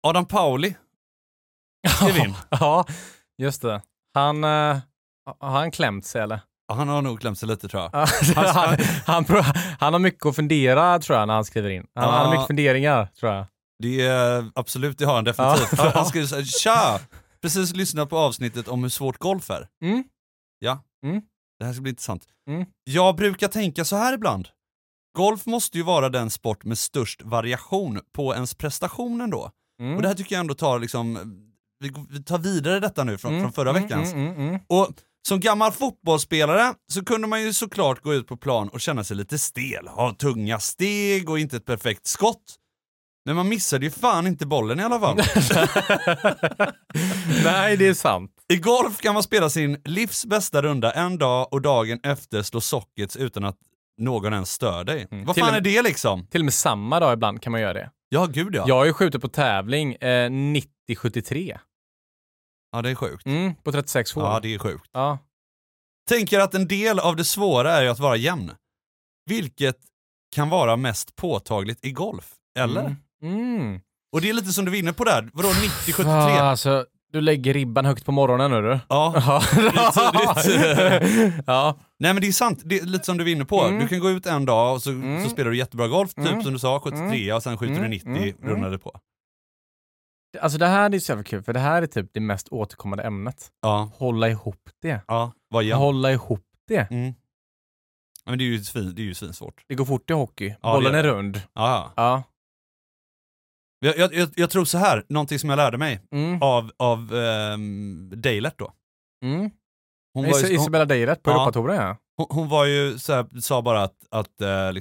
Adam Pauli skrev in. Ja, just det. Har han klämt sig eller? Ja, han har nog klämt sig lite, tror jag. Han har mycket att fundera, tror jag, när han skriver in. Han har mycket funderingar, tror jag. Det är absolut, det har han definitivt. Han skriver så här: tja! Precis lyssnat på avsnittet om hur svårt golf är. Ja, det här ska bli intressant. Jag brukar tänka så här ibland. Golf måste ju vara den sport med störst variation på ens prestationen då. Och det här tycker jag ändå tar liksom, vi tar vidare detta nu från förra veckans. Och som gammal fotbollsspelare så kunde man ju såklart gå ut på plan och känna sig lite stel, ha tunga steg och inte ett perfekt skott. Men man missade ju fan inte bollen i alla fall. Nej, det är sant. I golf kan man spela sin livs bästa runda en dag och dagen efter slå sockets utan att någon ens stör dig. Vad fan är det liksom? Till och med samma dag ibland kan man göra det. Ja, gud ja. Jag har ju skjutit på tävling 90-73. Ja, det är sjukt. På 36 hål. Ja, det är sjukt. Ja. Tänker att en del av det svåra är ju att vara jämn. Vilket kan vara mest påtagligt i golf. Eller? Och det är lite som du vinner på där. Vadå 90-73? Alltså, du lägger ribban högt på morgonen nu du. Ja. Ja. Nej, men det är sant. Det är lite som du vinner på. Du kan gå ut en dag och så spelar du jättebra golf. Typ som du sa, 73 och sen skjuter du 90 rundade på. Alltså det här är så jävla kul, för det här är typ det mest återkommande ämnet. Ja. Hålla ihop det. Ja, vad jämn. Hålla ihop det. Ja, men det är ju svinsvårt. Det går fort i hockey. Ja, bollen är rund. Ja. Jag tror så här, någonting som jag lärde mig av Dejlet då. Hon var ju, Isabella Dejlet på Europatouren, ja. Hon var ju så här, sa bara att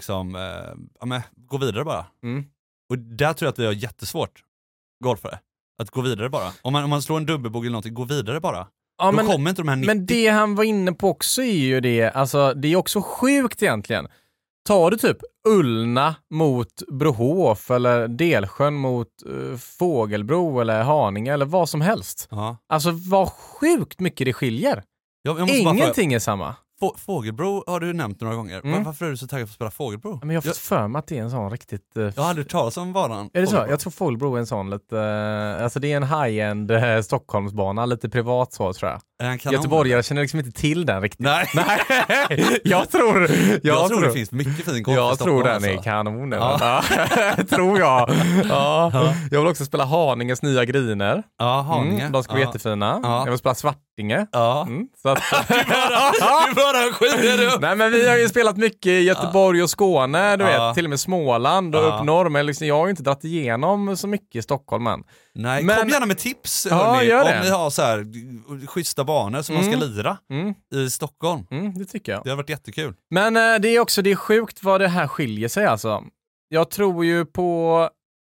gå vidare bara. Och där tror jag att vi har jättesvårt, golfare, att gå vidare bara. Om man slår en dubbelbogey eller någonting, gå vidare bara. Ja, då kommer inte de här 90. Men det han var inne på också är ju det, alltså det är också sjukt egentligen. Tar du typ Ullna mot Brohof eller Delsjön mot Fågelbro eller Haninge eller vad som helst. Alltså vad sjukt mycket det skiljer. Ingenting är samma. Fågelbro har du nämnt några gånger. Varför är du så taggad på att spela Fågelbro? Men jag har fått för mig att det är en sån riktigt... jag har aldrig talat om banan. Är det så? Jag tror Fågelbro är en sån lite... alltså det är en high-end Stockholmsbana, lite privat så tror jag. Göteborgare känner liksom inte till den riktigt. Nej. Jag tror det finns mycket fin golf i Stockholm. Jag tror den är kanon. Ja. Tror jag. Ja. Jag vill också spela Haninges nya griner. Ja, Haninge. De ska vara jättefina. Jag vill spela Svartinge. Ja. Så att... du bara skiter upp. Nej, men vi har ju spelat mycket i Göteborg och Skåne, du vet, till och med Småland och upp norr, men liksom, jag har ju inte dratt igenom så mycket i Stockholm än. Nej, kom gärna med tips hörni, om ni har så här schyssta banor som man ska lira i Stockholm. Det tycker jag. Det har varit jättekul. Men det är sjukt vad det här skiljer sig alltså. Jag tror ju på...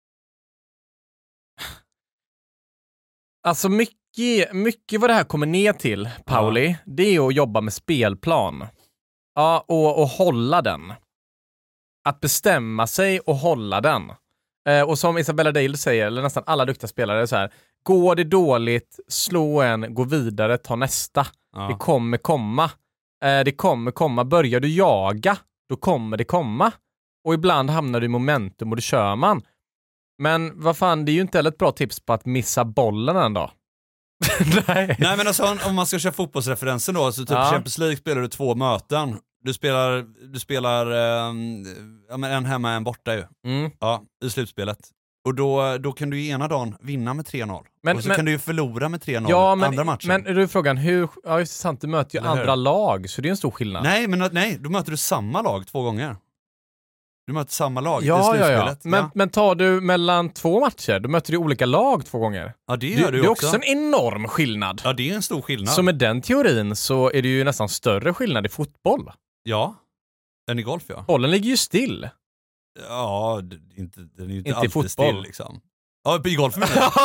Alltså mycket vad det här kommer ner till, Pauli, det är att jobba med spelplan. Ja, och hålla den. Att bestämma sig och hålla den. Och som Isabella Dale säger, eller nästan alla duktiga spelare, är så här: går det dåligt, slå en, gå vidare, ta nästa. Det kommer komma. Det kommer komma. Börjar du jaga, då kommer det komma. Och ibland hamnar du i momentum och då kör man. Men vad fan, det är ju inte heller ett bra tips på att missa bollen ändå. Nej, men alltså om man ska köra fotbollsreferensen då, så typ Champions League spelar du 2 möten. Du spelar en hemma, en borta ju. Ja, i slutspelet. Och då kan du ju ena dagen vinna med 3-0. Och så kan du ju förlora med 3-0 andra matchen. Men är frågan hur... Ja, just sant, du möter ju andra lag, så det är en stor skillnad. Nej, då möter du samma lag 2 gånger. Du möter samma lag i slutspelet. Men tar du mellan 2 matcher, då möter du olika lag 2 gånger. Ja, det gör du också. Det är också en enorm skillnad. Ja, det är en stor skillnad. Så med den teorin så är det ju nästan större skillnad i fotboll. Ja, än i golf, ja. Bollen ligger ju still. Ja, den är ju inte alltid fotboll. still liksom. Ja, i golf med mig.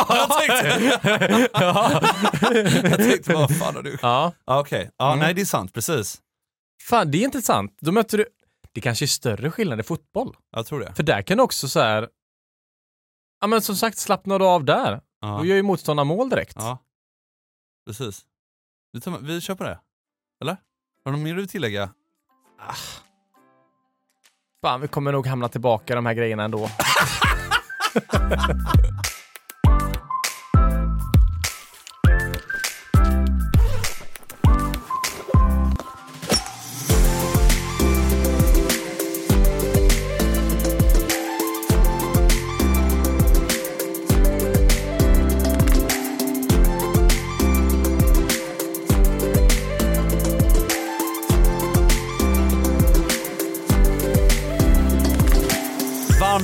Jag tänkte, vad fan har du? Ja, okej. Ja, nej, det är sant, precis. Fan, det är inte sant. Då möter du... Det kanske är större skillnad i fotboll. Jag tror det. För där kan du också så här... Ja, men som sagt, slappnar du av där. Då gör ju motståndarna mål direkt. Ja, precis. Vi kör på det. Eller? Har du något mer du vill tillägga? Fan, vi kommer nog hamna tillbaka i de här grejerna ändå.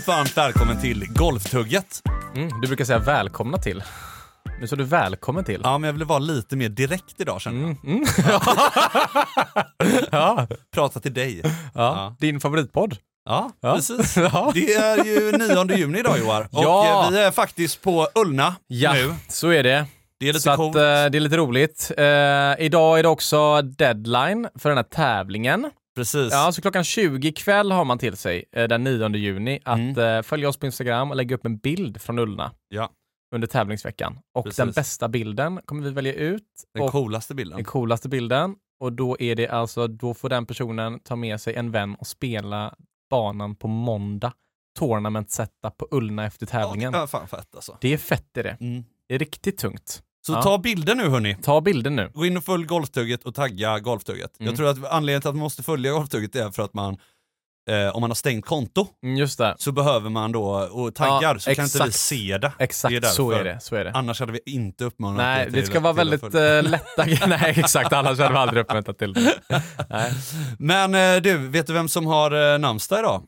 varmt välkommen till Golftugget. Du brukar säga välkomna till. Nu så du välkommen till. Ja, men jag ville vara lite mer direkt idag, känner jag. Ja. Prata till dig. Ja. Din favoritpodd. Ja, precis. Det är ju 9 juni idag, Joar. Och vi är faktiskt på Ullna nu. Så är det. Det är lite så coolt. Det är lite roligt. Idag är det också deadline för den här tävlingen. Precis. Ja, så klockan 20 kväll har man till sig den 9 juni att följa oss på Instagram och lägga upp en bild från Ullna. Ja. Under tävlingsveckan. Och Precis. Den bästa bilden kommer vi välja ut. Den coolaste bilden. Den coolaste bilden. Och då är det alltså, då får den personen ta med sig en vän och spela banan på måndag. Tournament setup på Ullna efter tävlingen. Ja, fan fett alltså. Det är fett i det. Det är riktigt tungt. Så ta bilder nu, hörni. Ta bilder nu. Gå in och följ Golftugget och tagga Golftugget. Jag tror att anledningen till att man måste följa Golftugget är för att man om man har stängt konto just det. Så behöver man då och taggar så kan inte vi se det. Exakt, det så är det. Annars hade vi inte uppmanat Nej, det ska vara väldigt lätta. Nej, exakt. Annars hade vi aldrig uppmuntrat till det. Nej. Men du, vet du vem som har namnsdag idag?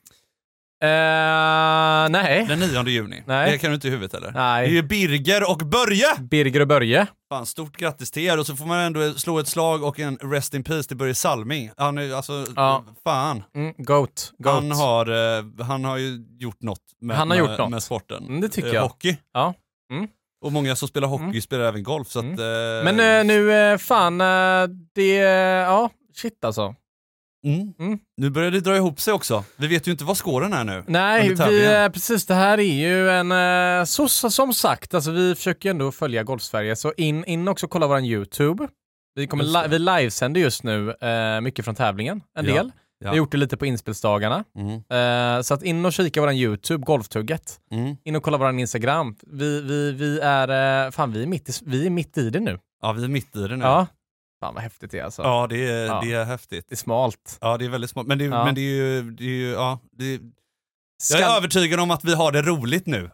Nej. Den 9 juni. Nej. Det kan du inte i huvudet eller? Nej. Det är ju Birger och Börje! Birger och Börje. Fan, stort grattis till er. Och så får man ändå slå ett slag och en rest in peace till Börje Salming. Han är alltså, fan. Goat. Han har ju gjort något med sporten. Det tycker jag. Hockey. Ja. Och många som spelar hockey spelar även golf. Så att, men nu, fan, shit alltså. Nu börjar det dra ihop sig också. Vi vet ju inte vad skåren är nu. Nej, precis. Det här är ju en... som sagt, alltså, vi försöker ändå följa Golfsverige. Så in också och kolla våran YouTube. Vi livesänder just nu mycket från tävlingen. En del. Vi har gjort det lite på inspelsdagarna. Så att in och kika våran YouTube, Golftugget. In och kolla våran Instagram. Vi är mitt i det nu. Ja, vi är mitt i det nu. Ja. Fan vad häftigt det är alltså. Ja, det är häftigt. Det är smalt. Ja, det är väldigt smalt. Men det är ju jag är övertygad om att vi har det roligt nu.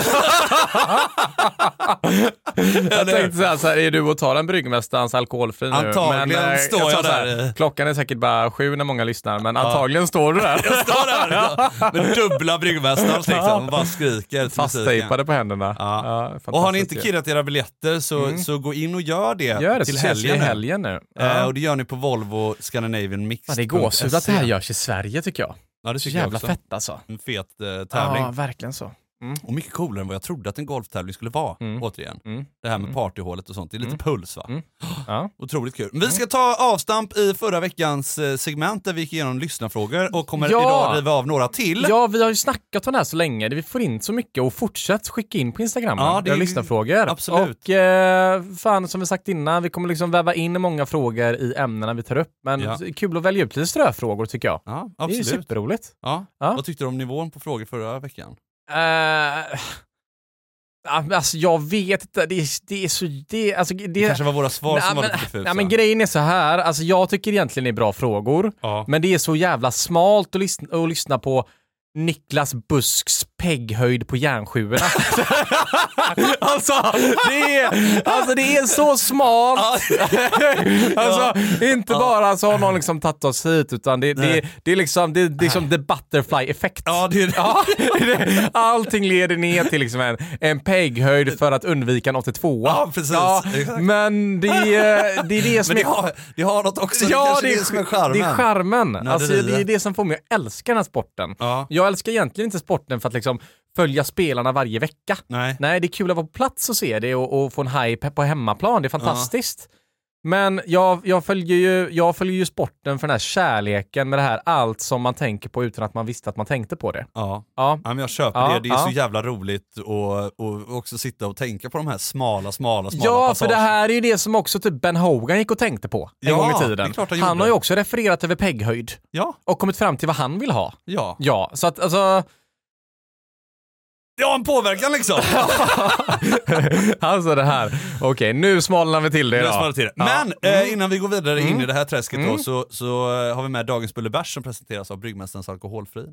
Jag tänkte så här, är du och tar en bryggmästarens alkoholfri nu? Antagligen står jag där. Klockan är säkert bara 7 när många lyssnar, men antagligen står du där. Jag står där med dubbla bryggmästaren liksom, och bara skriker. Fasttejpade på händerna. Och har ni inte kirrat era biljetter så gå in och gör det till helgen nu. Och det gör ni på Volvo Scandinavian Mix. Det är gåshud att det här görs i Sverige tycker jag. Ja, det tycker jävla jag också. Fett alltså. En fet tävling. Ja, verkligen så. Och mycket coolare än vad jag trodde att en golftävling skulle vara, återigen. Det här med partyhålet och sånt, det är lite puls va? Ja. Otroligt kul. Vi ska ta avstamp i förra veckans segment där vi gick igenom lyssnarfrågor och kommer idag riva av några till. Ja, vi har ju snackat om det här så länge, vi får in så mycket och fortsätt skicka in på Instagram. Ja, det är lyssnarfrågor. Absolut. Och fan, som vi sagt innan, vi kommer liksom väva in många frågor i ämnena vi tar upp. Men kul att välja ut lite ströfrågor tycker jag. Ja, absolut. Det är superroligt. Ja. Vad tyckte du om nivån på frågor förra veckan? Alltså jag vet inte, det kanske var våra svar som var lite diffusa. Nej, men grejen är så här, alltså jag tycker egentligen det är bra frågor, men det är så jävla smalt att lyssna på Niklas Busks pegghöjd på järnsjuorna. alltså det är så smalt. Alltså inte bara så har någon liksom tagit oss hit, utan det är liksom the butterfly effect. Allting leder ner till liksom en pegghöjd för att undvika en 82. Ja, precis. Men det är det som det har något också. Ja, det är som är charmen. Det är charmen. Alltså det är det som får mig att älska den här sporten. Jag älskar egentligen inte sporten för att liksom följa spelarna varje vecka. Nej, det är kul att vara på plats och se det och få en hype på hemmaplan. Det är fantastiskt. Men jag följer ju sporten för den här kärleken med det här, allt som man tänker på utan att man visste att man tänkte på det. Ja, men jag köper det. Det är så jävla roligt och också sitta och tänka på de här smala passager. För det här är ju det som också typ Ben Hogan gick och tänkte på en gång i tiden. Det är klart han har ju också refererat över pegghöjd. Och kommit fram till vad han vill ha. Ja, så att alltså... Ja, en påverkan liksom. Alltså det här. Okej, nu smalnar vi till det då. Men innan vi går vidare in i det här träsket då, så har vi med dagens Bullebärs som presenteras av Bryggmästarens alkoholfri.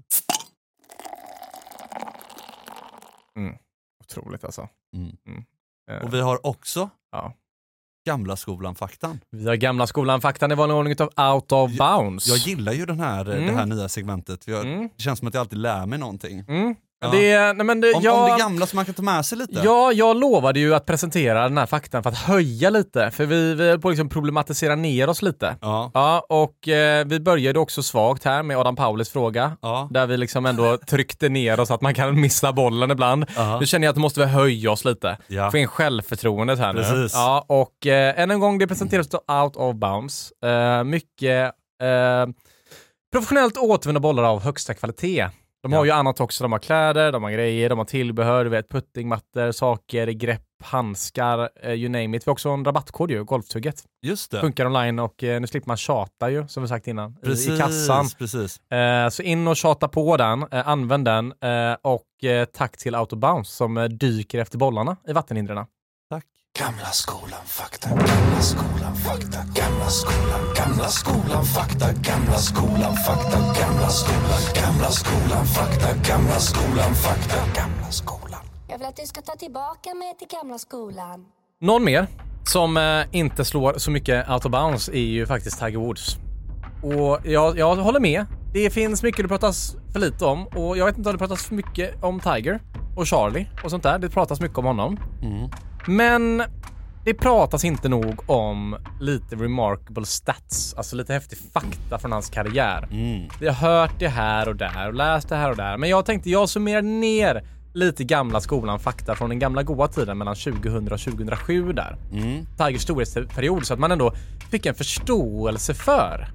Otroligt alltså. Och vi har också Gamla skolan-faktan. Vi har Gamla skolan-faktan i vanlig ordning av Out of Bounds. Jag gillar ju det här nya segmentet. Det känns som att jag alltid lär mig någonting. Ja. Om det gamla som man kan ta med sig lite. Ja, jag lovade ju att presentera den här faktan för att höja lite. För vi höll på att liksom problematisera ner oss lite. Ja. Och vi började också svagt här med Adam Paulis fråga. Ja. Där vi liksom ändå tryckte ner oss att man kan missa bollen ibland. Nu känner jag att det måste vi höja oss lite. Ja. Få in självförtroendet här nu. Precis. Ja, och än en gång, det presenteras out of bounds. Mycket professionellt återvunna bollar av högsta kvalitet. De har ju annat också. De har kläder, de har grejer, de har tillbehör, du vet, puttingmattor, saker, grepp, handskar, you name it. Vi har också en rabattkod ju, Golftugget. Just det. Funkar online och nu slipper man tjata ju, som vi sagt innan, i kassan. Precis. Så in och tjata på den, använd den och tack till Autobounce som dyker efter bollarna i vattenhindren. Tack. Gamla skolan fakta, gamla skolan fakta, gamla skolan fakta, gamla skolan fakta, gamla skolan fakta, gamla skolan fakta, gamla skolan. Jag vill att du ska ta tillbaka mig till gamla skolan. Någon mer som inte slår så mycket out of bounds är ju faktiskt Tiger Woods. Och jag håller med. Det finns mycket det pratas för lite om. Och jag vet inte om det pratas för mycket om Tiger och Charlie och sånt där. Det pratas mycket om honom. Men det pratas inte nog om lite remarkable stats. Alltså lite häftig fakta från hans karriär. Vi har hört det här och där och läst det här och där. Men jag tänkte jag summerar ner lite gamla skolan fakta från den gamla goda tiden mellan 2000 och 2007 där. Tigers storhetsperiod, så att man ändå fick en förståelse för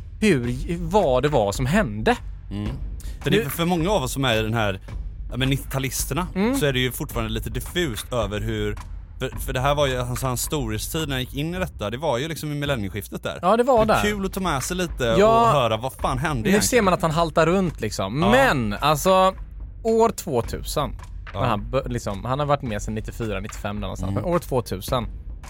vad det var som hände. För, för många av oss som är i den här 90-talisterna så är det ju fortfarande lite diffust över hur. För det här var ju hans storhetstid när han gick in i detta. Det var ju liksom i millennieskiftet där. Ja, det var där. Kul att ta med sig lite och höra vad fan hände egentligen. Nu ser man att han haltar runt liksom. Ja. Men alltså år 2000 han har varit med sedan 94-95 någonstans. Men år 2000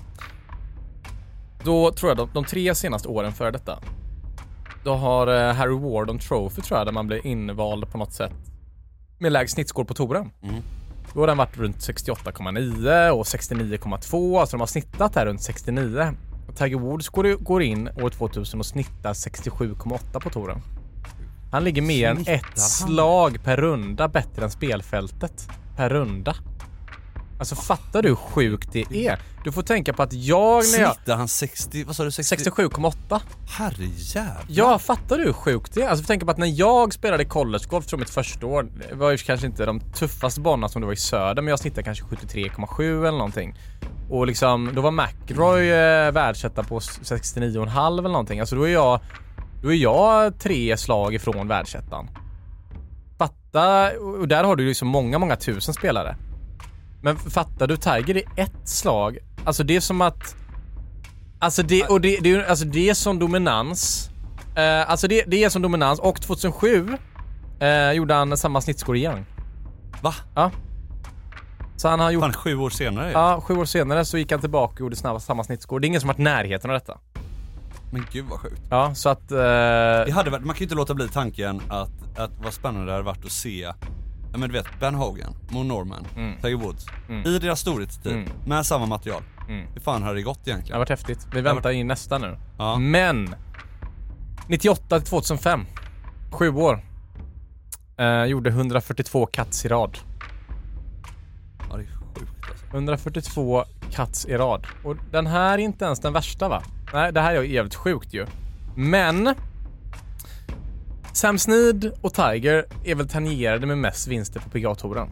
då tror jag de 3 senaste åren före detta, då har Harry Wardon Trophy tror jag, där man blir invald på något sätt med lägst snittskår på touren. Då har den varit runt 68,9 och 69,2. Alltså de har snittat här runt 69. Och Tiger Woods går in år 2000 och snittar 67,8 på touren. Han ligger mer än ett slag per runda bättre än spelfältet per runda. Alltså fattar du hur sjukt det är? Du får tänka på att snittar han 60, vad sa du? 67,8. Herrejävlar. Ja, fattar du hur sjukt det är? Alltså för tänka på att när jag spelade collegegolf tror mitt första år, det var ju kanske inte de tuffaste banorna som det var i söder, men jag snittade kanske 73,7 eller någonting. Och liksom, då var McIlroy världsetta på 69,5 eller någonting. Alltså då är jag 3 slag ifrån världsettan. Fatta, och där har du liksom många tusen spelare. Men fattar du, Tiger i ett slag. Alltså det är som att det är som dominans. Det är som dominans. Och 2007 gjorde han samma snittskår igen. Va? Ja. Så han har gjort 7 år senare. Ja, 7 år senare så gick han tillbaka och gjorde samma snittskår. Det är ingen som varit närheten av detta. Men gud vad sjukt. Ja, så att det hade varit, man kan ju inte låta bli tanken att vad spännande det hade varit att se. Ja, men du vet, Ben Hogan, Mo Norman, Tiger Woods i deras storhetstid med samma material. Hur fan har det gått egentligen? Det har varit häftigt. Vi väntar in nästa nu. Ja. Men 98 till 2005 7 år gjorde 142 cuts i rad. Ja, det är sjukt alltså. 142 cuts i rad. Och den här är inte ens den värsta, va? Nej, det här är jävligt sjukt ju. Men Sam Snead och Tiger är väl tangerade med mest vinster på PGA-touren.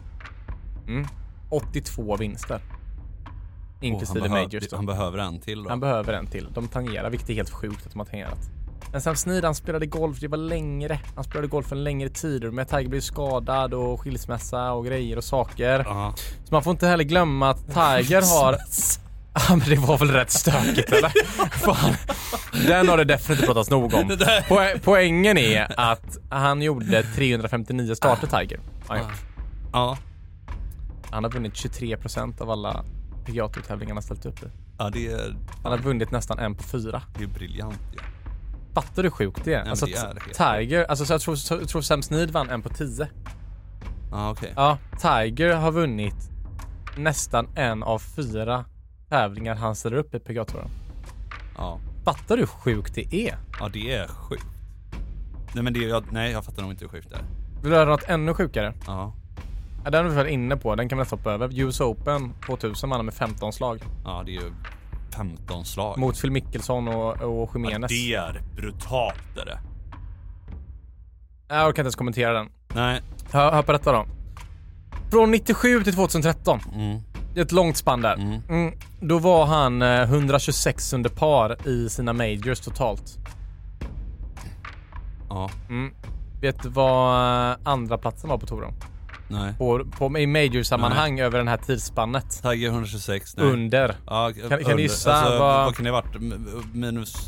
82 vinster. Inklusive majors då. Han behöver en till då. Han behöver en till. De tangerar, vilket är helt sjukt att de har tangerat. Men Sam Snead, han spelade golf, det var längre. Han spelade golf en längre tid. Men Tiger blev skadad och skilsmässa och grejer och saker. Så man får inte heller glömma att Tiger har... Ja, men det var väl rätt stökigt, eller? Fan. Den har det definitivt pratats nog om. Poängen är att han gjorde 359 starter, Tiger. Ja. Han har vunnit 23% av alla PGA-tävlingarna ställt upp i. Ja, det är... Han har vunnit nästan 1 på 4. Det är briljant, ja. Fattar du hur sjukt det är? Ja, alltså det är Tiger, alltså så jag tror Sam Snead vann 1 på 10. Ja, okej. Ja, Tiger har vunnit nästan 1 av 4 tävlingar han ställer upp i PGA-touren. Ja. Fattar du hur sjukt det är? Ja, det är sjukt. Nej, men jag fattar nog inte hur sjukt det är. Vill du höra något ännu sjukare? Ja. Ja, den är vi väl inne på. Den kan man nästan hoppa över. US Open 2000 vann med 15 slag. Ja, det är ju 15 slag. Mot Phil Mickelson och Jimenez. Ja, det är brutalt är det. Jag kan inte ens kommentera den. Nej. Hör på detta då. Från 97 till 2013. Det är ett långt spann där. Då var han 126 under par i sina majors totalt. Ja. Vet du vad andra platsen var på touren? Nej. I major-sammanhang över den här tidsspannet. Tiger 126. Nej. Under. Ja, Kan du gissa alltså, vad kan det ha varit? Minus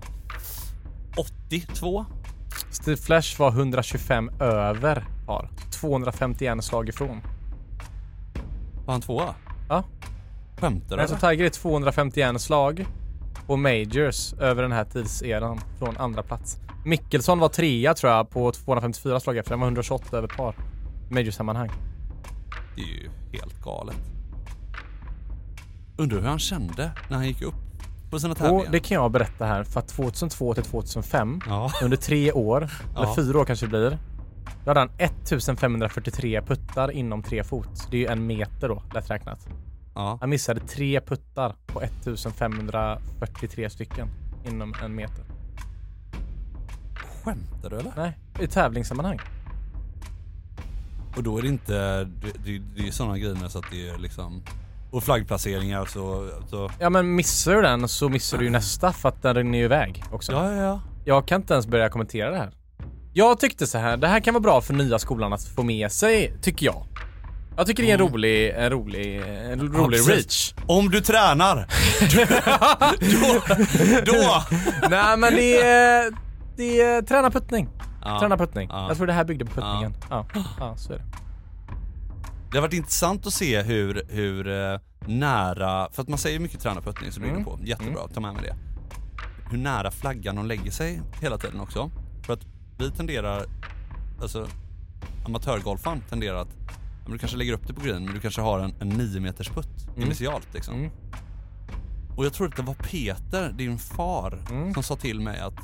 82? Steve Flash var 125 över par. 251 slag ifrån. Var han tvåa? Ja. Skämtar du? Alltså Tiger är 251 slag på majors över den här tidseran från andra plats. Mickelson var trea tror jag på 254 slag efter. Han var 128 över par. Major-sammanhang. Det är ju helt galet. Undrar hur han kände när han gick upp på sina tävlingar. Och det kan jag berätta här. För att 2002 till 2005 Ja. under 3 år eller 4 år kanske det blir. Då hade han 1543 puttar inom 3 fot. Det är ju 1 meter då, lätt räknat. Ja. Han missade 3 puttar på 1543 stycken inom 1 meter. Skämtar du eller? Nej, i tävlingssammanhang. Och då är det inte, det är sådana grejer så att det är liksom, och flaggplaceringar så... Ja, men missar du den så missar du ju nästa för att den är ju iväg också. Ja. Jag kan inte ens börja kommentera det här. Jag tyckte så här, det här kan vara bra för nya skolan att få med sig, tycker jag. Jag tycker det är en rolig reach. Om du tränar då. Nej, men det är träna puttning. Träna puttning. Jag tror det här byggde på puttningen. Ja, så är det. Det har varit intressant att se hur nära, för att man säger mycket träna puttning så blir det på. Jättebra, ta med mig det. Hur nära flaggan de lägger sig hela tiden också. För att vi tenderar, alltså amatörgolfaren tenderar att du kanske lägger upp det på green, men du kanske har en 9 meters putt initialt liksom. Och jag tror att det var Peter, din far, som sa till mig att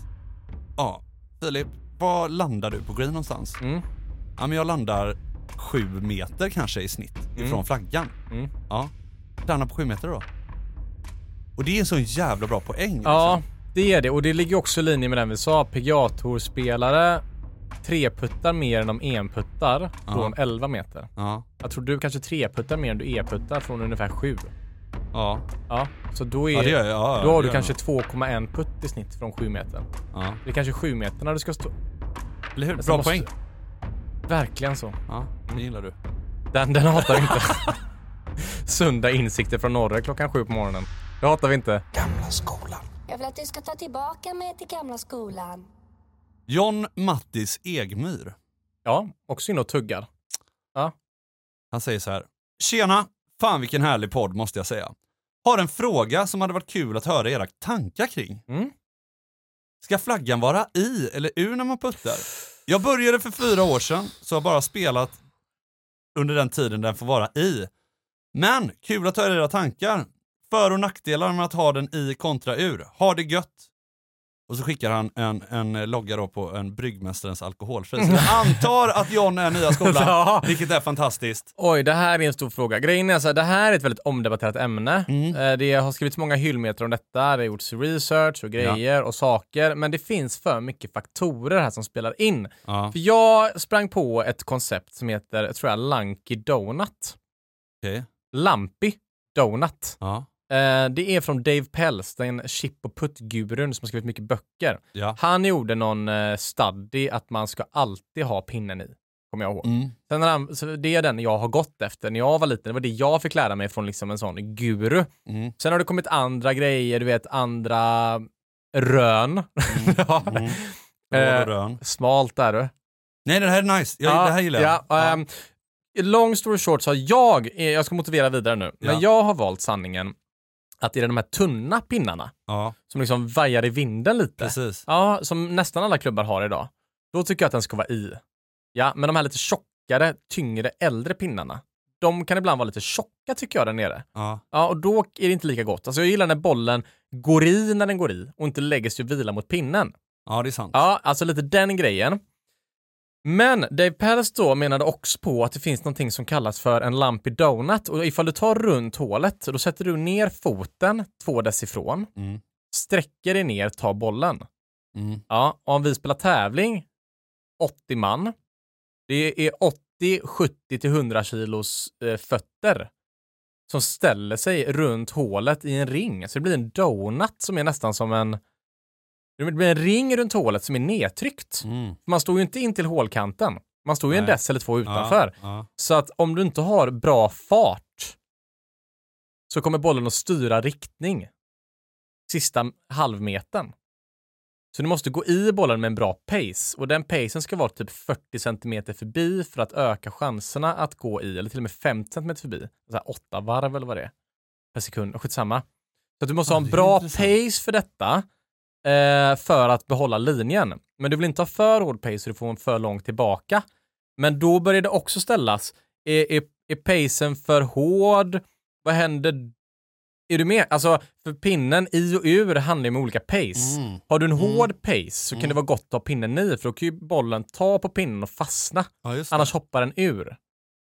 Filip, var landar du på green någonstans? Ja, men jag landar 7 meter kanske i snitt ifrån flaggan. Ja, träna på 7 meter då. Och det är en så jävla bra poäng. Ja, liksom. det är det. Och det ligger också i linje med den vi sa. PGA-tourspelare 3-puttar mer än de enputtar från 11 meter. Ja. Jag tror du kanske 3-puttar mer än du e-puttar från ungefär 7. Ja. Ja, så då är Ja, det gör jag. då har du kanske 2,1 putt i snitt från 7 meter. Ja. Det är kanske 7 meter när du ska stå. Eller hur? Bra poäng. Verkligen så. Ja, det gillar du. Den hatar vi inte. Sunda insikter från norra klockan 7 på morgonen. Det hatar vi inte. Gamla skolan. Jag vill att du ska ta tillbaka mig till gamla skolan. John Mattis Egmyr. Ja, också in och tuggar. Ja. Han säger så här: tjena, fan vilken härlig podd måste jag säga. Har en fråga som hade varit kul att höra era tankar kring. Ska flaggan vara i eller ur när man puttar? Jag började för 4 år sedan, så har bara spelat under den tiden den får vara i. Men kul att höra era tankar. För- och nackdelar med att ha den i kontra ur. Ha det gött. Och så skickar han en logga då på en bryggmästarens alkoholfri. Så jag antar att John är nya skolan, vilket är fantastiskt. Oj, det här är en stor fråga. Grejen är så här, det här är ett väldigt omdebatterat ämne. Det har skrivits många hyllmeter om detta. Det har gjorts research och grejer och saker. Men det finns för mycket faktorer här som spelar in. Ja. För jag sprang på ett koncept som heter, jag tror jag, Lanky Donut. Okay. Lampy Donut. Ja. Det är från Dave Pelz, den chip- och putt-gurun som har skrivit mycket böcker. Ja. Han gjorde någon study att man ska alltid ha pinnen i, kommer jag ihåg. Sen så det är den jag har gått efter när jag var liten. Det var det jag fick lära mig från liksom en sån guru. Sen har det kommit andra grejer, du vet, andra rön. Rön. Smalt där du. Nej, det här är nice. Det här gillar jag. Ja. Long story short så har jag ska motivera vidare nu, men jag har valt sanningen att det är de här tunna pinnarna som liksom vajar i vinden lite. Precis. Ja, som nästan alla klubbar har idag. Då tycker jag att den ska vara i. Ja, men de här lite tjockare, tyngre, äldre pinnarna, de kan ibland vara lite tjocka tycker jag där nere. Ja, och då är det inte lika gott. Alltså jag gillar när bollen går i när den går i och inte lägger sig och vila mot pinnen. Ja, det är sant. Ja, alltså lite den grejen. Men Dave Pells då menade också på att det finns någonting som kallas för en lumpy donut. Och ifall du tar runt hålet, då sätter du ner foten 2 decifrån, sträcker dig ner, tar bollen. Ja, om vi spelar tävling, 80 man, det är 80, 70 till 100 kilos fötter som ställer sig runt hålet i en ring. Så det blir en donut som är nästan som en... Det blir en ring runt hålet som är nedtryckt. Man står ju inte in till hålkanten. Man står ju en dess eller 2 utanför. Så att om du inte har bra fart så kommer bollen att styra riktning sista halvmetern. Så du måste gå i bollen med en bra pace. Och den pacen ska vara typ 40 cm förbi för att öka chanserna att gå i. Eller till och med 50 cm förbi. Så här 8 varv eller vad det är. Per sekund. Skitsamma. Så att du måste ha en bra pace för detta. För att behålla linjen. Men du vill inte ha för hård pace så du får en för långt tillbaka. Men då börjar det också ställas. Är pacen för hård? Vad händer? Är du med? Alltså, för pinnen i och ur handlar med olika pace. Har du en hård pace så kan det vara gott att ha pinnen i. För då kan ju bollen ta på pinnen och fastna. Annars hoppar den ur.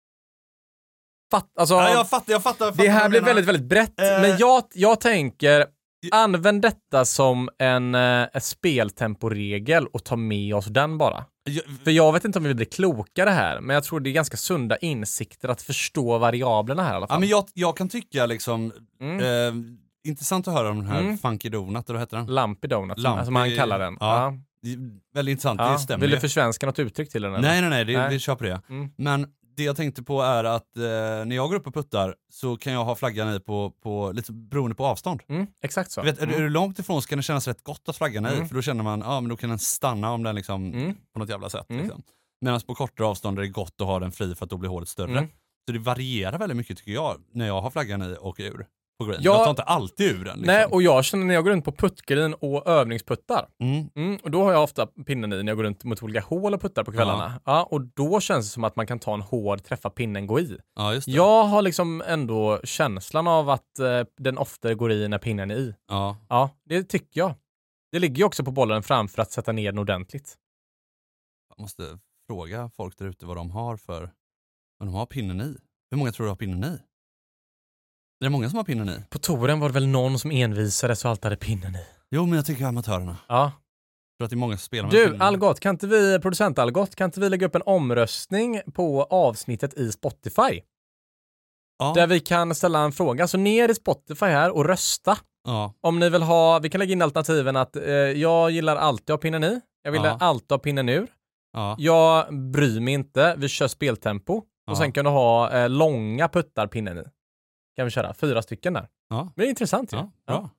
Jag fattar. Det här blir väldigt, väldigt brett. Men jag tänker... Använd detta som en speltemporegel och ta med oss den bara. För jag vet inte om vi blir klokare här, men jag tror det är ganska sunda insikter att förstå variablerna här i alla fall. Ja, men jag kan tycka liksom intressant att höra om den här Funky Donut, eller vad heter den? Lumpy Donut, som man kallar den. Ja. Väldigt intressant, det stämmer. Vill du försvenska något uttryck till den? Eller? Nej, vi kör på det. Men det jag tänkte på är att när jag går upp och puttar så kan jag ha flaggan i på lite beroende på avstånd. Exakt så. Är du långt ifrån så kan det kännas rätt gott att flaggan i, för då känner man, men då kan den stanna om den liksom på något jävla sätt. Liksom. Medan på kortare avstånd är det gott att ha den fri för att då blir hålet större. Så det varierar väldigt mycket tycker jag när jag har flaggan i och ur. Jag tar inte alltid ur den. Liksom. Nej, och jag känner när jag går runt på puttgreen och övningsputtar. Och då har jag ofta pinnen i när jag går runt mot olika hål och puttar på kvällarna. Ja, och då känns det som att man kan ta en hård, träffa pinnen, gå i. Ja, just det. Jag har liksom ändå känslan av att den ofta går i när pinnen är i. Ja, det tycker jag. Det ligger ju också på bollen framför att sätta ner den ordentligt. Jag måste fråga folk där ute vad de har pinnen i. Hur många tror du har pinnen i? Det är många som har pinnen i. På touren var det väl någon som envisades och alltid hade pinnen i. Jo, men jag tycker amatörerna. Ja. Jag tror att det är många som spelar med pinnen. Algot, producent Algot, kan inte vi lägga upp en omröstning på avsnittet i Spotify? Ja. Där vi kan ställa en fråga. Så ner i Spotify här och rösta. Ja. Om ni vill ha, vi kan lägga in alternativen att jag gillar alltid att ha pinnen i. Jag vill alltid ha pinnen ur. Ja. Jag bryr mig inte. Vi kör speltempo. Och sen kan du ha långa puttar pinnen i. Kan vi köra 4 stycken där. Ja. Det är intressant ju. Ja.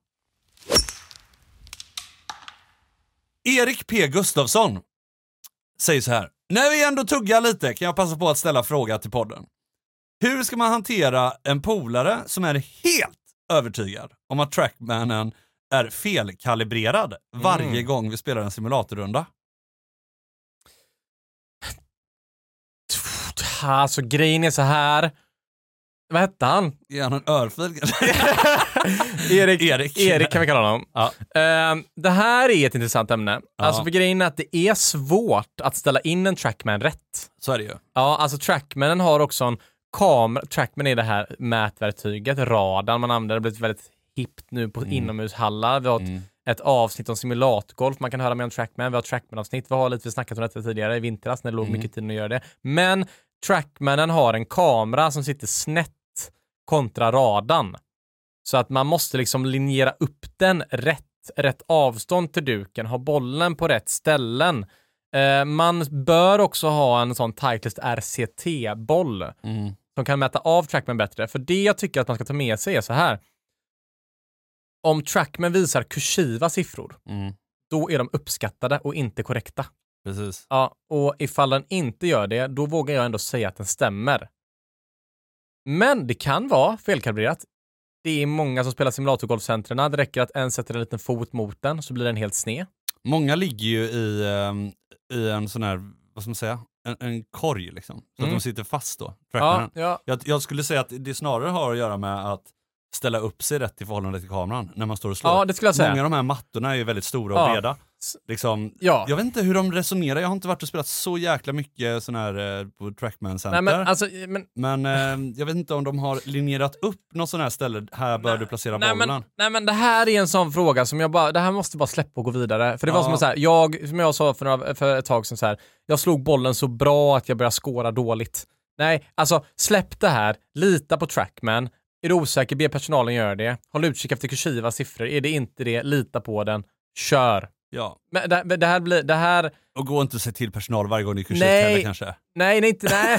Erik P. Gustafsson säger så här. När vi ändå tuggar lite kan jag passa på att ställa fråga till podden. Hur ska man hantera en polare som är helt övertygad om att trackmanen är felkalibrerad varje gång vi spelar en simulatorrunda? Alltså grejen är så här. Vad hette han? Är han en örfil? Erik kan vi kalla honom. Ja. Det här är ett intressant ämne. Ja. Alltså för grejen är att det är svårt att ställa in en trackman rätt. Så är det ju. Ja, alltså trackmanen har också en kamera. Trackman är det här mätverktyget, radarn man använder. Det har blivit väldigt hippt nu på inomhushallar. Vi har ett avsnitt om simulatorgolf man kan höra med om trackman. Vi har trackman-avsnitt. Vi har lite snackat om detta tidigare i vintras när det låg mycket tid att göra det. Men trackmanen har en kamera som sitter snett kontra radarn. Så att man måste liksom linjera upp den rätt avstånd till duken, ha bollen på rätt ställen. Man bör också ha en sån Titleist RCT-boll som kan mäta av trackman bättre. För det jag tycker att man ska ta med sig är så här. Om trackman visar kursiva siffror, då är de uppskattade och inte korrekta. Precis. Ja, och ifall den inte gör det, då vågar jag ändå säga att den stämmer. Men det kan vara felkalibrerat. Det är många som spelar simulatorgolfcentrerna. Det räcker att en sätter en liten fot mot den så blir den helt sned. Många ligger ju i en sån här, vad ska man säga, en korg liksom. Så att de sitter fast då. Ja. Jag skulle säga att det snarare har att göra med att ställa upp sig rätt i förhållande till kameran när man står och slår. Ja, det skulle jag säga. Många av de här mattorna är ju väldigt stora och breda. Liksom, jag vet inte hur de resonerar. Jag har inte varit och spelat så jäkla mycket sån här på Trackman Center. Men jag vet inte om de har linjerat upp något sån här ställe. Här bör du placera bollen. Nej, men det här är en sån fråga som det här måste bara släppa och gå vidare. För det var som så här, som jag sa för ett tag sedan så här, jag slog bollen så bra att jag började skåra dåligt. Nej, alltså släpp det här, lita på Trackman. Är du osäker, be personalen göra det. Håll utkik efter kursiva siffror. Är det inte det, lita på den. Kör. Ja. Men det här... Och gå inte och se till personal varje gång ni kursivt heller kanske. Nej.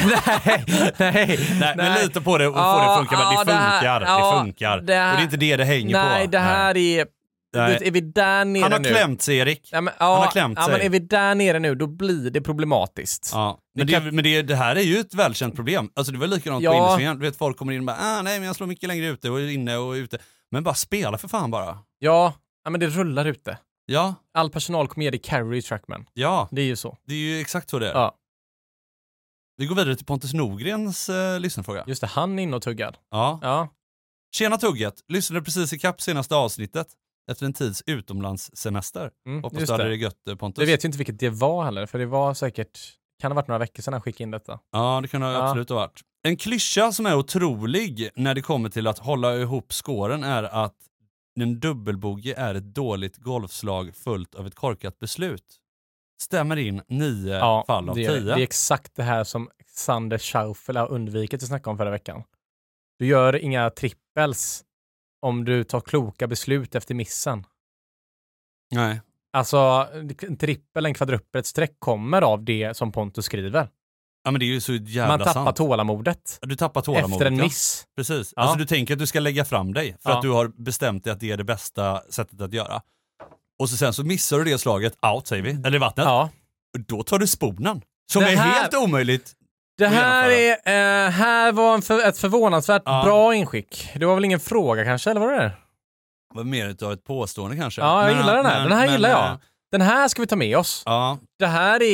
Men lita på det och få det att funka. Men det funkar. Och det är inte det hänger på. Nej, det här är... Är vi där nere nu? Han har klämt sig, Erik. Han har klämt sig. Men är vi där nere nu, då blir det problematiskt. Ja. Men det här är ju ett välkänt problem. Alltså det var likadant på industrin. Du vet, folk kommer in och bara, nej men jag slår mycket längre ute och inne och ute. Men bara spela för fan bara. Ja, men det rullar ute. Ja. All personal kommer ge dig carry i Trackman. Ja. Det är ju så. Det är ju exakt så det är. Ja. Vi går vidare till Pontus Nordgrens lyssnarfråga. Just det, han är inne och tuggar. Ja. Tjena Tugget, lyssnade precis i kapp senaste avsnittet efter en tids utomlandssemester. Hoppas du hade det gött, Pontus. Jag vet ju inte vilket det var heller, för det var säkert, kan ha varit några veckor sedan han skickade in detta. Ja, det kan ha absolut ha varit. En klyscha som är otrolig när det kommer till att hålla ihop skåren är att en dubbelbogey är ett dåligt golfslag fullt av ett korkat beslut. Stämmer in 9 fall av 10. Det är exakt det här som Sander Schaufel har undvikit att snacka om förra veckan. Du gör inga trippels om du tar kloka beslut efter missen. Nej. Alltså, en trippel, en kvadruppel, ett streck kommer av det som Pontus skriver. Ja, men det är ju så jävla sant. Man tappar tålamodet. Du tappar tålamodet. Efter en miss. Precis. Alltså du tänker att du ska lägga fram dig för att du har bestämt dig att det är det bästa sättet att göra. Och sen så missar du det slaget out, säger vi. Eller i vattnet. Ja. Och då tar du sponen. Som är helt omöjligt. Det här var ett förvånansvärt bra inskick. Det var väl ingen fråga kanske, eller vad det är? Det var mer utav ett påstående kanske. Ja, jag gillar den här. Den här gillar jag. Den här ska vi ta med oss. Ja. Det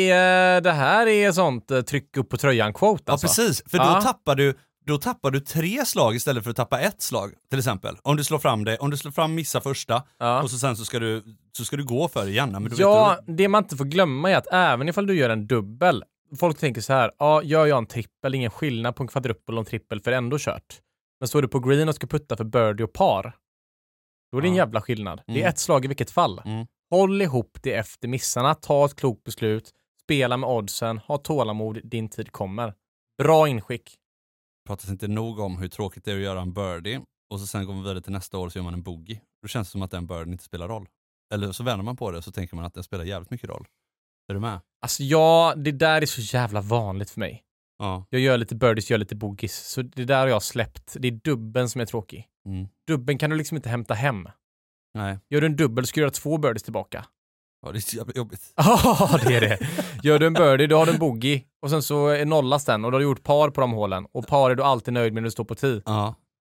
här är sånt tryck upp på tröjan-quote. Alltså. Ja, precis. För då tappar du 3 slag istället för att tappa 1 slag, till exempel. Om du slår fram missa första och så sen så ska du gå för det igen. Men det man inte får glömma är att även ifall du gör en dubbel, folk tänker så här, gör jag en trippel, ingen skillnad på en kvadruppel och en trippel för ändå kört. Men står du på green och ska putta för birdie och par, då är det en jävla skillnad. Det är ett slag i vilket fall. Håll ihop det efter missarna, ta ett klokt beslut, spela med oddsen, ha tålamod, din tid kommer. Bra inskick. Pratas inte nog om hur tråkigt det är att göra en birdie och så sen går man vidare till nästa år så gör man en bogey. Då känns det som att den birdie inte spelar roll. Eller så vänder man på det så tänker man att den spelar jävligt mycket roll. Är du med? Alltså det där är så jävla vanligt för mig. Ja. Jag gör lite birdies, gör lite bogeys. Så det där har jag släppt. Det är dubben som är tråkig. Dubben kan du liksom inte hämta hem. Nej. Gör du en dubbel ska du göra 2 birdies tillbaka. Ja, det är så jävla jobbigt. Ja, det är det. Gör du en birdie, då har du en bogey. Och sen så är nollas den och då har du gjort par på de hålen. Och par är du alltid nöjd med när du står på 10. Ja.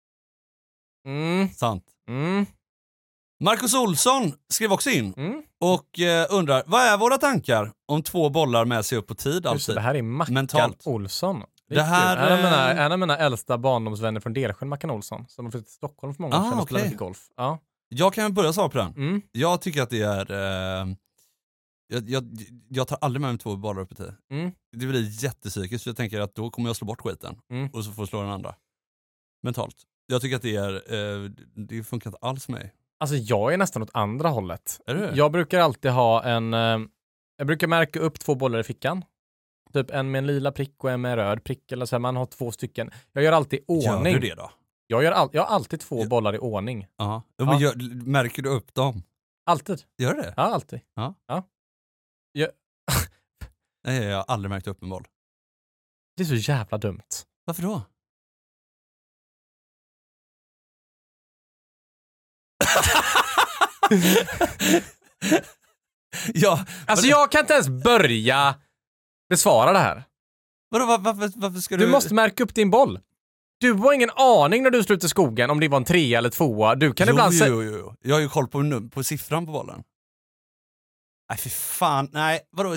Sant. Marcus Olsson skrev också in och undrar, vad är våra tankar om 2 bollar med sig upp på tid alltid? Det här är Mackan Olsson. Det här är en av mina äldsta barndomsvänner från Delsjön, Mackan Olsson, som har flyttat till Stockholm för många år sedan och spelat golf. Ja. Jag kan börja svara på den. Jag tycker att det är... Jag tar aldrig med mig 2 bollar upp i tid. Det blir jättepsykiskt, för jag tänker att då kommer jag slå bort skiten. Och så får jag slå den andra. Mentalt. Jag tycker att det funkar inte alls med mig. Alltså jag är nästan åt andra hållet. Är du? Jag brukar alltid ha jag brukar märka upp 2 bollar i fickan. Typ en med en lila prick och en med en röd prick. Eller så här, man har 2 stycken. Jag gör alltid ordning. Gör du det då? Jag har alltid 2 bollar i ordning. Ja. Men märker du upp dem? Alltid. Gör du det? Ja, alltid. Ja. Nej, jag har aldrig märkt upp en boll. Det är så jävla dumt. Varför då? Jag kan inte ens börja besvara det här. Vadå, varför ska du... Du måste märka upp din boll. Du har ingen aning när du slutar skogen om det var en 3 eller 2. Du kan ibland säga... Jo. Jag har ju koll på siffran på bollen. Nej, för fan. Nej, vadå?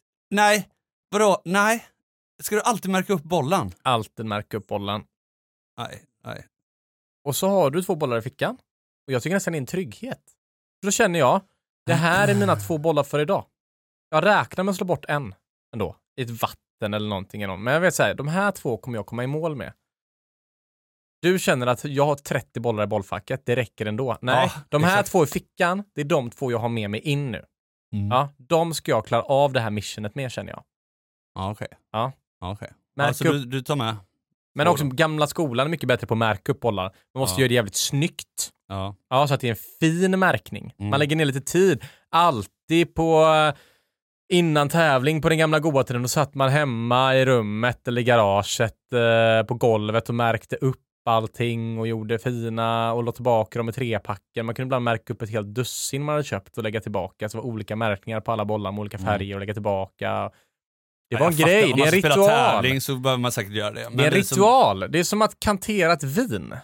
Nej. Ska du alltid märka upp bollen? Alltid märka upp bollen. Nej. Och så har du 2 bollar i fickan. Och jag tycker nästan det är en trygghet. För då känner jag, det här är mina 2 bollar för idag. Jag räknar med att slå bort en ändå. I ett vatten eller någonting. Men jag vet så här, de här 2 kommer jag komma i mål med. Du känner att jag har 30 bollar i bollfacket, det räcker ändå. Nej, de här 2 i fickan, det är de 2 jag har med mig in nu. Ja, de ska jag klara av det här missionet med, känner jag. Ja, okej. Ja. Okej. Alltså du tar med. Men också gamla skolan är mycket bättre på att märka upp bollar. Man måste göra det jävligt snyggt. Ja, så att det är en fin märkning. Man lägger ner lite tid. Alltid på innan tävling på den gamla goda tiden, då satt man hemma i rummet eller i garaget på golvet och märkte upp allting och gjorde fina och låt tillbaka dem i 3-packen. Man kunde ibland märka upp ett helt dussin man hade köpt och lägga tillbaka. Så det var olika märkningar på alla bollar med olika färger och lägga tillbaka. Det var en grej, det är en ritual. Om man spelar tävling så behöver man säkert göra det. Men det är en ritual. Det är som att kantera ett vin.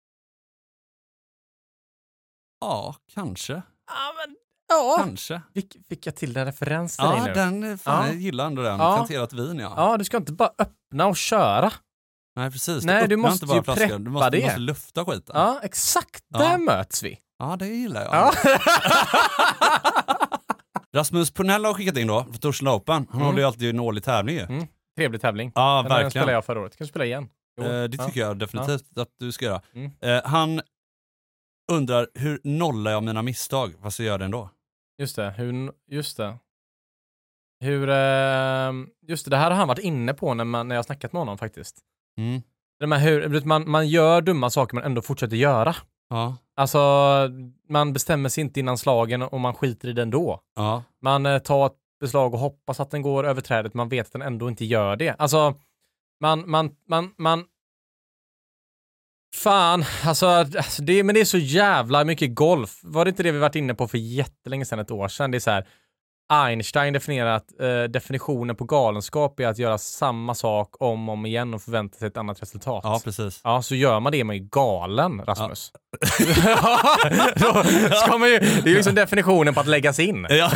Ja, kanske. Ja, men kanske. Fick jag till den referensen nu? Ja, den jag gillar ändå den. Kanterat vin, Ja, du ska inte bara öppna och köra. Nej, precis. Nej, du måste ju preppa du måste lufta skiten. Ja, exakt. Där möts vi. Ja, det gillar jag. Rasmus Punell har skickat in då för Torsten Open. Han håller ju alltid en årlig tävling ju. Trevlig tävling. Ja, den verkligen. spelade jag förra året. Kan du spela igen? Det tycker jag definitivt att du ska göra. Han undrar, hur nollar jag mina misstag? Fast jag gör det ändå. Just det. Just det här har han varit inne på när jag har snackat med honom faktiskt. Man gör dumma saker men ändå fortsätter göra. Ja. Alltså, man bestämmer sig inte innan slagen och man skiter i den då. Ja. Man tar ett beslag och hoppas att den går över trädet. Man vet att den ändå inte gör det. Alltså, fan, men det är så jävla mycket golf. Var det inte det vi varit inne på för jättelänge sedan, ett år sedan? Det är så här, Einstein definierar att definitionen på galenskap är att göra samma sak om och om igen och förvänta sig ett annat resultat. Ja, precis. Ja, så gör man det, man är galen, Rasmus. Ja. Då ska man ju, det är ju liksom definitionen på att läggas in. Ja.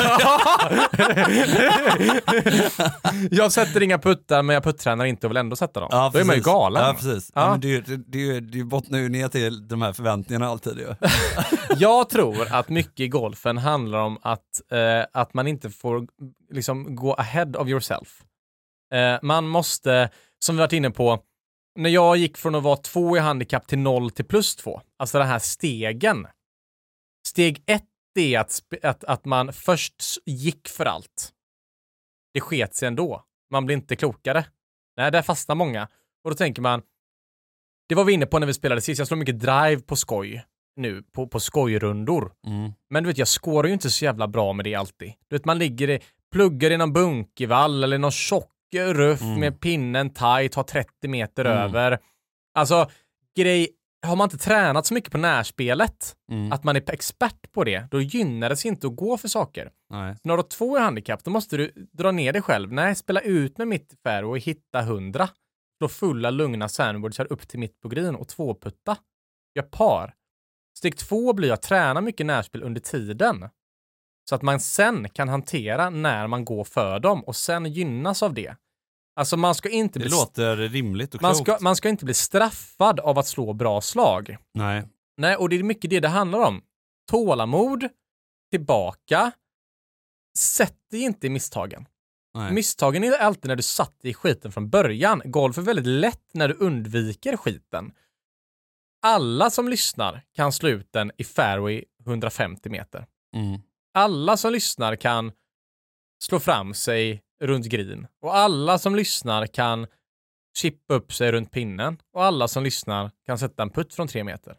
Jag sätter inga puttar, men jag puttränar inte och vill ändå sätta dem. Ja, då är man ju galen. Ja, precis. Ja. Men det bottnar ju ner till de här förväntningarna alltid. Ju. Jag tror att mycket i golfen handlar om att man inte får liksom go ahead of yourself. Man måste, som vi varit inne på, när jag gick från att vara 2 i handikapp till 0 till +2, alltså den här stegen. Steg 1 är att man först gick för allt. Det sket sig ändå. Man blir inte klokare. Nej, där fastnar många. Och då tänker man, det var vi inne på när vi spelade sist, jag slår mycket drive på skoj nu, på skojrundor. Men du vet, jag skårar ju inte så jävla bra med det alltid. Du vet, man pluggar i någon bunkevall eller någon tjock ruff med pinnen tight, har 30 meter över. Alltså, har man inte tränat så mycket på närspelet, att man är expert på det, då gynnar det sig inte att gå för saker. Nej. När du har 2 i handikapp, då måste du dra ner dig själv. Nej, spela ut med mitt fairway och hitta 100. Slå fulla, lugna sandboards upp till mitt på green och 2-putta. Jag par. Steg 2 blir att träna mycket närspel under tiden. Så att man sen kan hantera när man går för dem och sen gynnas av det. Alltså man ska inte det låter rimligt och klokt. Man ska inte bli straffad av att slå bra slag. Nej, och det är mycket det handlar om. Tålamod, tillbaka, sätt dig inte i misstagen. Nej. Misstagen är alltid när du satt i skiten från början. Golf är väldigt lätt när du undviker skiten. Alla som lyssnar kan slå ut den i fairway 150 meter. Alla som lyssnar kan slå fram sig runt green. Och alla som lyssnar kan chippa upp sig runt pinnen. Och alla som lyssnar kan sätta en putt från 3 meter.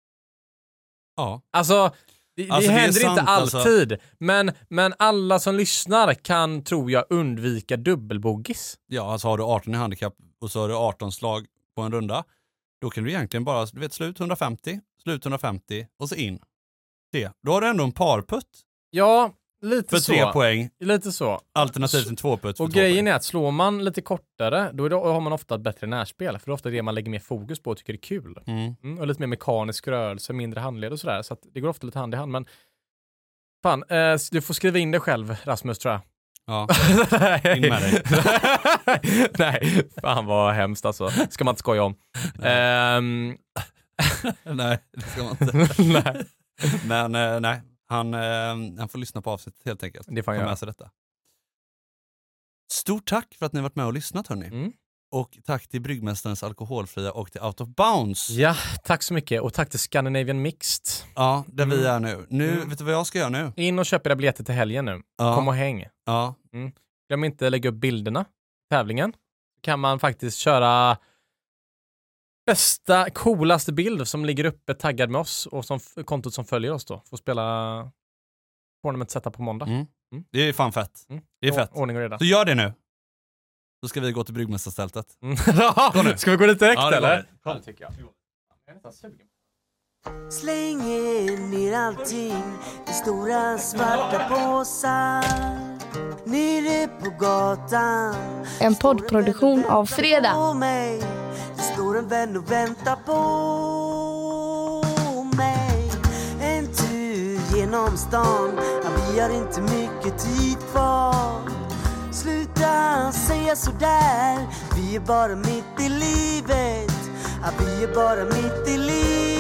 Ja. Alltså, det händer inte alltid. Alltså. Men alla som lyssnar kan, tror jag, undvika dubbelbogis. Ja, alltså har du 18 i handikapp och så har du 18 slag på en runda. Då kan du egentligen bara, slut 150 och så in. Det. Då har du ändå en parputt. Ja, lite för så. 3 poäng. Lite så. Alternativt en 2-putt. Och grejen är att slår man lite kortare, då har man ofta ett bättre närspel. För det är ofta det man lägger mer fokus på och tycker det är kul. Och lite mer mekanisk rörelse, mindre handled och sådär. Så att det går ofta lite hand i hand. Men fan, du får skriva in det själv, Rasmus, tror jag. Ja, in med dig. Nej, fan vad hemskt alltså. Ska man inte skoja om. Nej, det ska man inte. Nej. Men nej, han får lyssna på avsnittet helt enkelt. Det får han göra. med sig detta. Stort tack för att ni varit med och lyssnat, hörni. Mm. Och tack till Bryggmästarens Alkoholfria och till Out of Bounds. Ja, tack så mycket. Och tack till Scandinavian Mixed. Ja, där vi är nu. Vet du vad jag ska göra nu? In och köp era biljetter till helgen nu. Ja. Kom och häng. Ja. Glöm inte att lägga upp bilderna. Tävlingen. Kan man faktiskt köra bästa, coolaste bild som ligger uppe taggad med oss och som kontot som följer oss då. Får spela tournament sätta på måndag. Det är fan fett. Det är fett. Ordning och reda. Så gör det nu. Då ska vi gå till Bryggmästarstältet. Ska vi gå dit direkt eller? Ja, det tycker jag. Släng ner allting i stora svarta påsar. Nere på gatan. En poddproduktion av Fredag. På mig. Det står en vän och väntar på mig. En tur genom stan. Ja, vi har inte mycket tid kvar. Sluta säga sådär. Vi är bara mitt i livet. Ja, vi är bara mitt i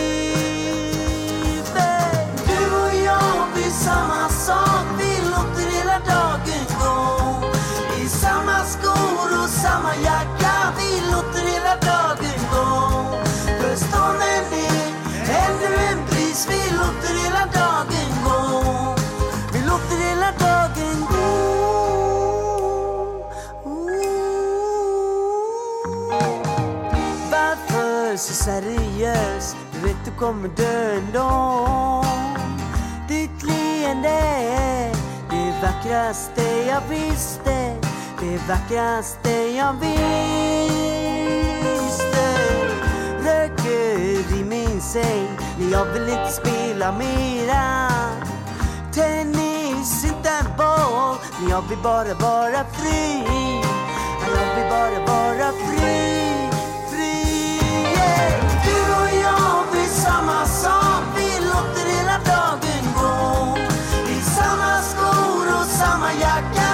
livet. Du och jag blir samma sak. Vi låter hela dagen gå. I samma skor och samma jacka. Vi låter hela dagen gå. För stånden är ännu en pris. Vi låter hela dagen gå. Vi låter hela dagen gå. Varför så seriös? Du vet du kommer dö ändå. Ditt leende är det vackraste jag visste. Det vackraste jag visste. Röker i min säng. Men jag vill inte spela mera. Tennis, inte en boll. Men jag vill bara vara fri. Jag vill bara vara fri. Du och jag vill samma sak. Vi låter hela dagen gå. I samma skor och samma jacka.